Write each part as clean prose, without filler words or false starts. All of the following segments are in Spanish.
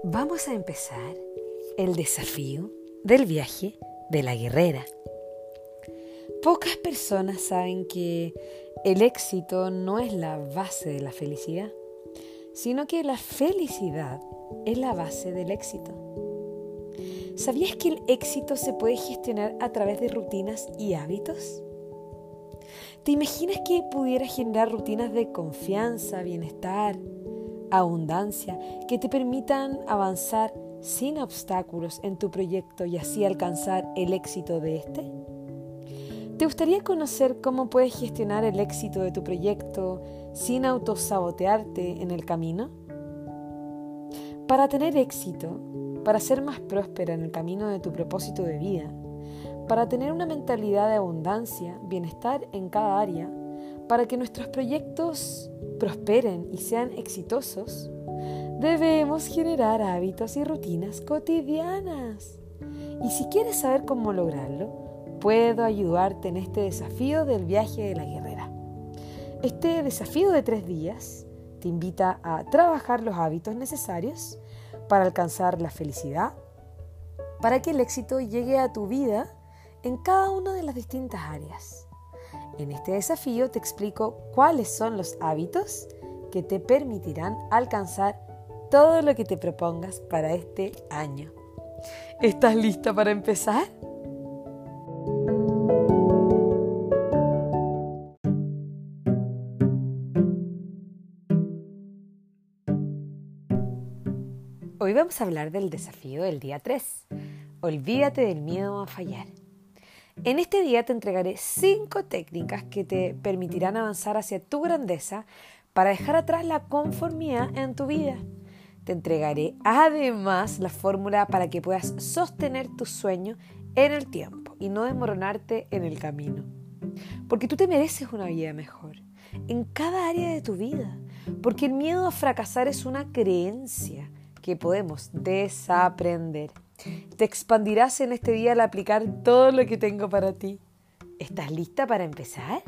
Vamos a empezar el desafío del viaje de la guerrera. Pocas personas saben que el éxito no es la base de la felicidad, sino que la felicidad es la base del éxito. ¿Sabías que el éxito se puede gestionar a través de rutinas y hábitos? ¿Te imaginas que pudieras generar rutinas de confianza, bienestar, abundancia, que te permitan avanzar sin obstáculos en tu proyecto y así alcanzar el éxito de este? ¿Te gustaría conocer cómo puedes gestionar el éxito de tu proyecto sin autosabotearte en el camino? Para tener éxito, para ser más próspera en el camino de tu propósito de vida, para tener una mentalidad de abundancia, bienestar en cada área, para que nuestros proyectos prosperen y sean exitosos, debemos generar hábitos y rutinas cotidianas. Y si quieres saber cómo lograrlo, puedo ayudarte en este desafío del viaje de la guerrera. Este desafío de 3 días te invita a trabajar los hábitos necesarios para alcanzar la felicidad, para que el éxito llegue a tu vida en cada una de las distintas áreas. En este desafío te explico cuáles son los hábitos que te permitirán alcanzar todo lo que te propongas para este año. ¿Estás lista para empezar? Hoy vamos a hablar del desafío del día 3. Olvídate del miedo a fallar. En este día te entregaré 5 técnicas que te permitirán avanzar hacia tu grandeza para dejar atrás la conformidad en tu vida. Te entregaré además la fórmula para que puedas sostener tu sueño en el tiempo y no desmoronarte en el camino. Porque tú te mereces una vida mejor en cada área de tu vida. Porque el miedo a fracasar es una creencia que podemos desaprender. Te expandirás en este día al aplicar todo lo que tengo para ti. ¿Estás lista para empezar?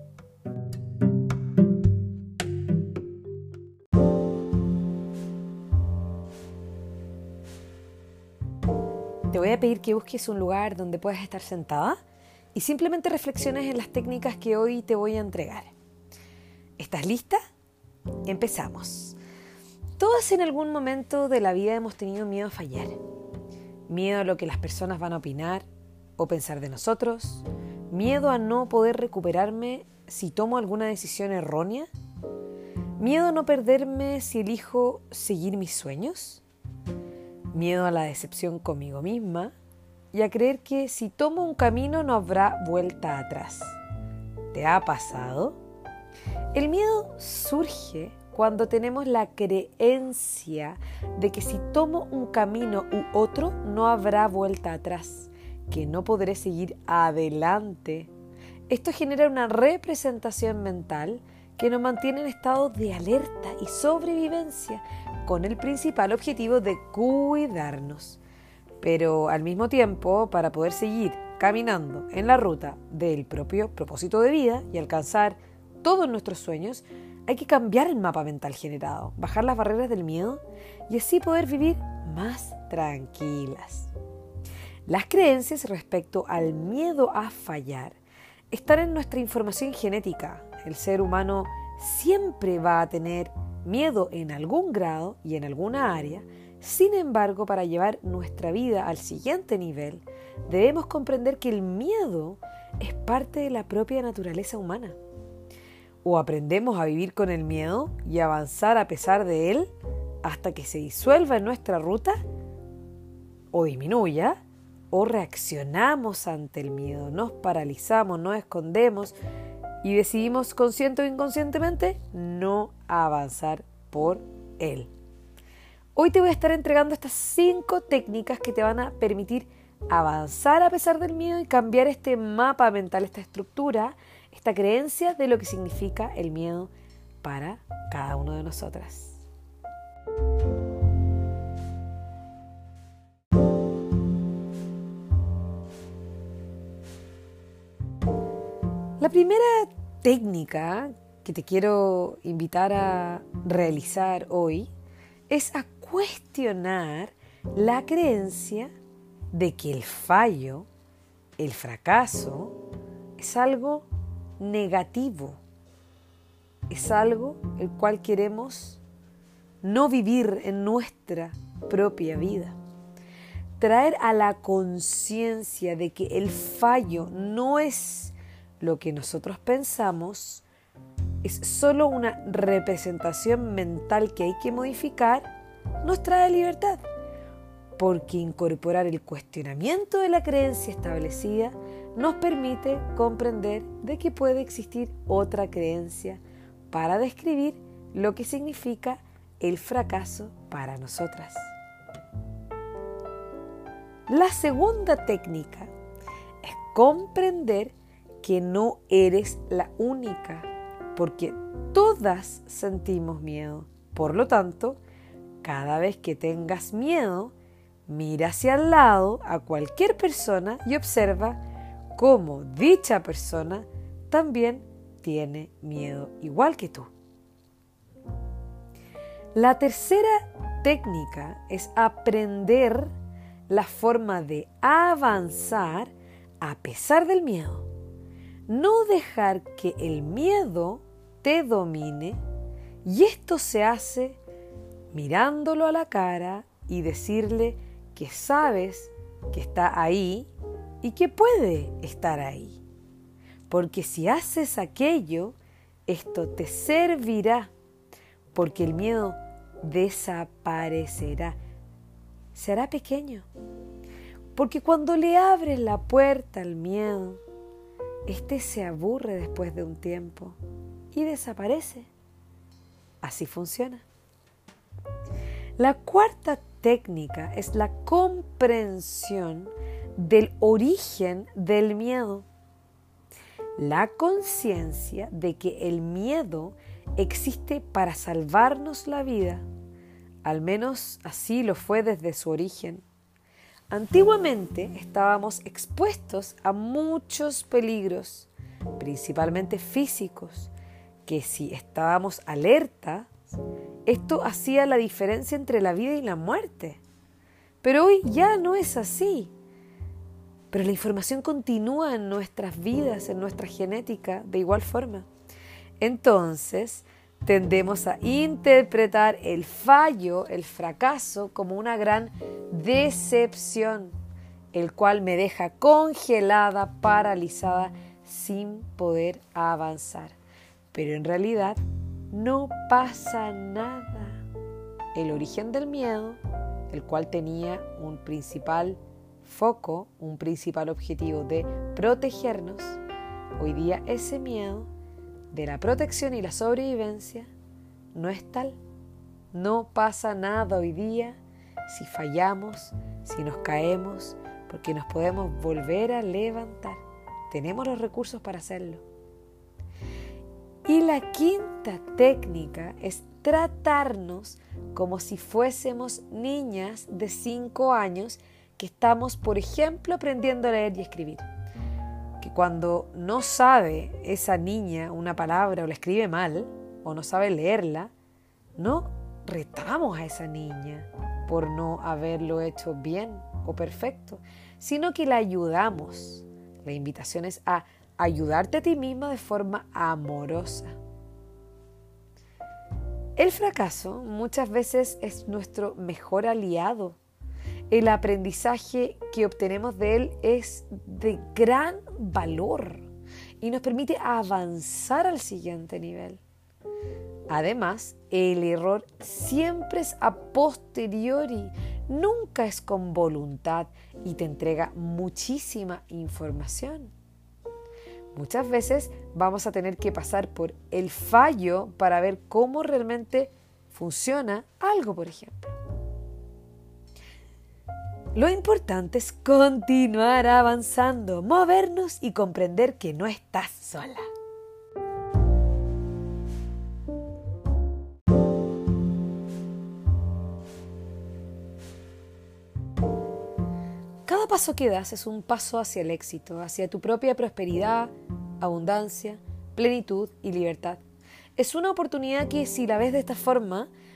Te voy a pedir que busques un lugar donde puedas estar sentada y simplemente reflexiones en las técnicas que hoy te voy a entregar. ¿Estás lista? Empezamos. Todos en algún momento de la vida hemos tenido miedo a fallar. Miedo a lo que las personas van a opinar o pensar de nosotros. Miedo a no poder recuperarme si tomo alguna decisión errónea. Miedo a no perderme si elijo seguir mis sueños. Miedo a la decepción conmigo misma y a creer que si tomo un camino no habrá vuelta atrás. ¿Te ha pasado? El miedo surge cuando tenemos la creencia de que si tomo un camino u otro no habrá vuelta atrás, que no podré seguir adelante. Esto genera una representación mental que nos mantiene en estado de alerta y sobrevivencia, con el principal objetivo de cuidarnos. Pero al mismo tiempo, para poder seguir caminando en la ruta del propio propósito de vida y alcanzar todos nuestros sueños, hay que cambiar el mapa mental generado, bajar las barreras del miedo y así poder vivir más tranquilas. Las creencias respecto al miedo a fallar están en nuestra información genética. El ser humano siempre va a tener miedo en algún grado y en alguna área. Sin embargo, para llevar nuestra vida al siguiente nivel, debemos comprender que el miedo es parte de la propia naturaleza humana. O aprendemos a vivir con el miedo y avanzar a pesar de él hasta que se disuelva en nuestra ruta o disminuya, o reaccionamos ante el miedo, nos paralizamos, nos escondemos y decidimos consciente o inconscientemente no avanzar por él. Hoy te voy a estar entregando estas 5 técnicas que te van a permitir avanzar a pesar del miedo y cambiar este mapa mental, esta estructura, esta creencia de lo que significa el miedo para cada uno de nosotras. La primera técnica que te quiero invitar a realizar hoy es a cuestionar la creencia de que el fallo, el fracaso, es algo negativo, es algo el cual queremos no vivir en nuestra propia vida. Traer a la conciencia de que el fallo no es lo que nosotros pensamos, es solo una representación mental que hay que modificar, nos trae libertad. Porque incorporar el cuestionamiento de la creencia establecida nos permite comprender de que puede existir otra creencia para describir lo que significa el fracaso para nosotras. La segunda técnica es comprender que no eres la única, porque todas sentimos miedo. Por lo tanto, cada vez que tengas miedo, mira hacia el lado a cualquier persona y observa cómo dicha persona también tiene miedo igual que tú. La tercera técnica es aprender la forma de avanzar a pesar del miedo. No dejar que el miedo te domine, y esto se hace mirándolo a la cara y decirle que sabes que está ahí y que puede estar ahí. Porque si haces aquello, esto te servirá, porque el miedo desaparecerá, será pequeño. Porque cuando le abres la puerta al miedo, este se aburre después de un tiempo y desaparece. Así funciona. La cuarta técnica es la comprensión del origen del miedo. La conciencia de que el miedo existe para salvarnos la vida, al menos así lo fue desde su origen. Antiguamente estábamos expuestos a muchos peligros, principalmente físicos, que si estábamos alerta, esto hacía la diferencia entre la vida y la muerte. Pero hoy ya no es así. Pero la información continúa en nuestras vidas, en nuestra genética, de igual forma. Entonces, tendemos a interpretar el fallo, el fracaso, como una gran decepción, el cual me deja congelada, paralizada, sin poder avanzar. Pero en realidad no pasa nada. El origen del miedo, el cual tenía un principal foco, un principal objetivo de protegernos, hoy día ese miedo de la protección y la sobrevivencia no es tal. No pasa nada hoy día si fallamos, si nos caemos, porque nos podemos volver a levantar. Tenemos los recursos para hacerlo. Y la quinta técnica es tratarnos como si fuésemos niñas de 5 años que estamos, por ejemplo, aprendiendo a leer y escribir. Que cuando no sabe esa niña una palabra o la escribe mal o no sabe leerla, no retamos a esa niña por no haberlo hecho bien o perfecto, sino que la ayudamos. La invitación es a ayudarte a ti misma de forma amorosa. El fracaso muchas veces es nuestro mejor aliado. El aprendizaje que obtenemos de él es de gran valor y nos permite avanzar al siguiente nivel. Además, el error siempre es a posteriori, nunca es con voluntad y te entrega muchísima información. Muchas veces vamos a tener que pasar por el fallo para ver cómo realmente funciona algo, por ejemplo. Lo importante es continuar avanzando, movernos y comprender que no estás sola. Cada paso que das es un paso hacia el éxito, hacia tu propia prosperidad, abundancia, plenitud y libertad. Es una oportunidad que, si la ves de esta forma,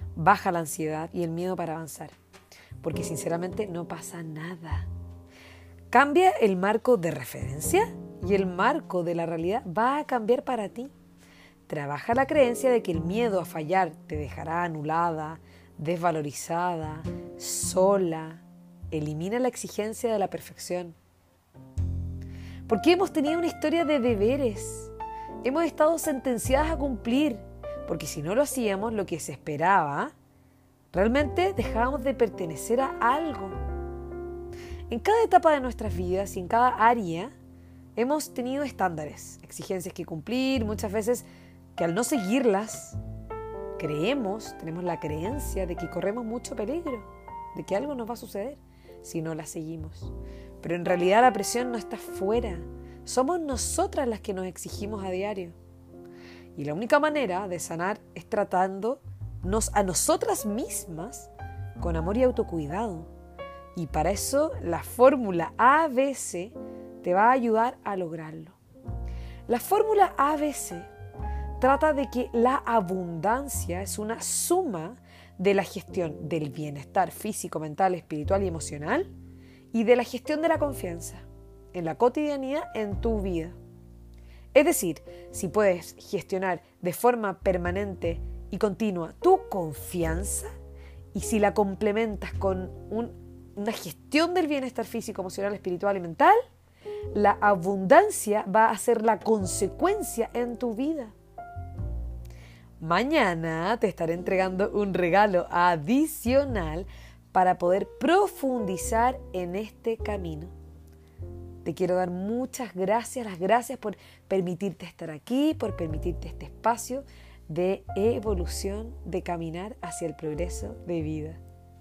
baja la ansiedad y el miedo para avanzar, porque sinceramente no pasa nada. Cambia el marco de referencia y el marco de la realidad va a cambiar para ti. Trabaja la creencia de que el miedo a fallar te dejará anulada, desvalorizada, sola. Elimina la exigencia de la perfección. Porque hemos tenido una historia de deberes. Hemos estado sentenciadas a cumplir. Porque si no lo hacíamos, lo que se esperaba, realmente dejábamos de pertenecer a algo. En cada etapa de nuestras vidas y en cada área hemos tenido estándares, exigencias que cumplir, muchas veces que al no seguirlas, tenemos la creencia de que corremos mucho peligro, de que algo nos va a suceder si no las seguimos. Pero en realidad la presión no está fuera, somos nosotras las que nos exigimos a diario. Y la única manera de sanar es tratándonos a nosotras mismas con amor y autocuidado. Y para eso la fórmula ABC te va a ayudar a lograrlo. La fórmula ABC trata de que la abundancia es una suma de la gestión del bienestar físico, mental, espiritual y emocional y de la gestión de la confianza en la cotidianidad en tu vida. Es decir, si puedes gestionar de forma permanente y continua tu confianza y si la complementas con una gestión del bienestar físico, emocional, espiritual y mental, la abundancia va a ser la consecuencia en tu vida. Mañana te estaré entregando un regalo adicional para poder profundizar en este camino. Te quiero dar muchas gracias, las gracias por permitirte estar aquí, por permitirte este espacio de evolución, de caminar hacia el progreso de vida.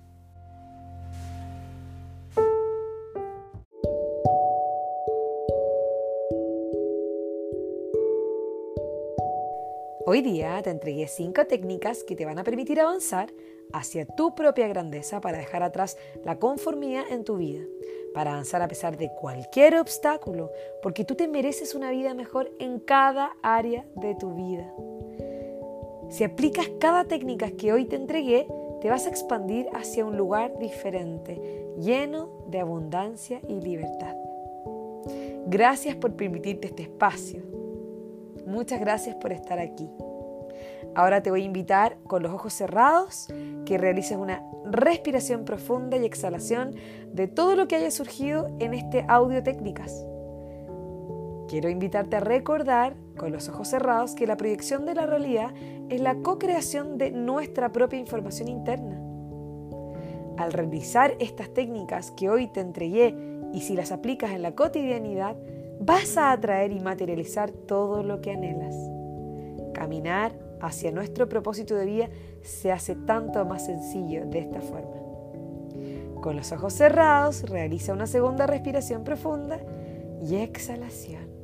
Hoy día te entregué 5 técnicas que te van a permitir avanzar hacia tu propia grandeza para dejar atrás la conformidad en tu vida, para avanzar a pesar de cualquier obstáculo, porque tú te mereces una vida mejor en cada área de tu vida. Si aplicas cada técnica que hoy te entregué, te vas a expandir hacia un lugar diferente, lleno de abundancia y libertad. Gracias por permitirte este espacio. Muchas gracias por estar aquí. Ahora te voy a invitar con los ojos cerrados que realices una respiración profunda y exhalación de todo lo que haya surgido en este audio técnicas. Quiero invitarte a recordar con los ojos cerrados que la proyección de la realidad es la co-creación de nuestra propia información interna. Al realizar estas técnicas que hoy te entregué y si las aplicas en la cotidianidad, vas a atraer y materializar todo lo que anhelas. Caminar hacia nuestro propósito de vida se hace tanto más sencillo de esta forma. Con los ojos cerrados, realiza una segunda respiración profunda y exhalación.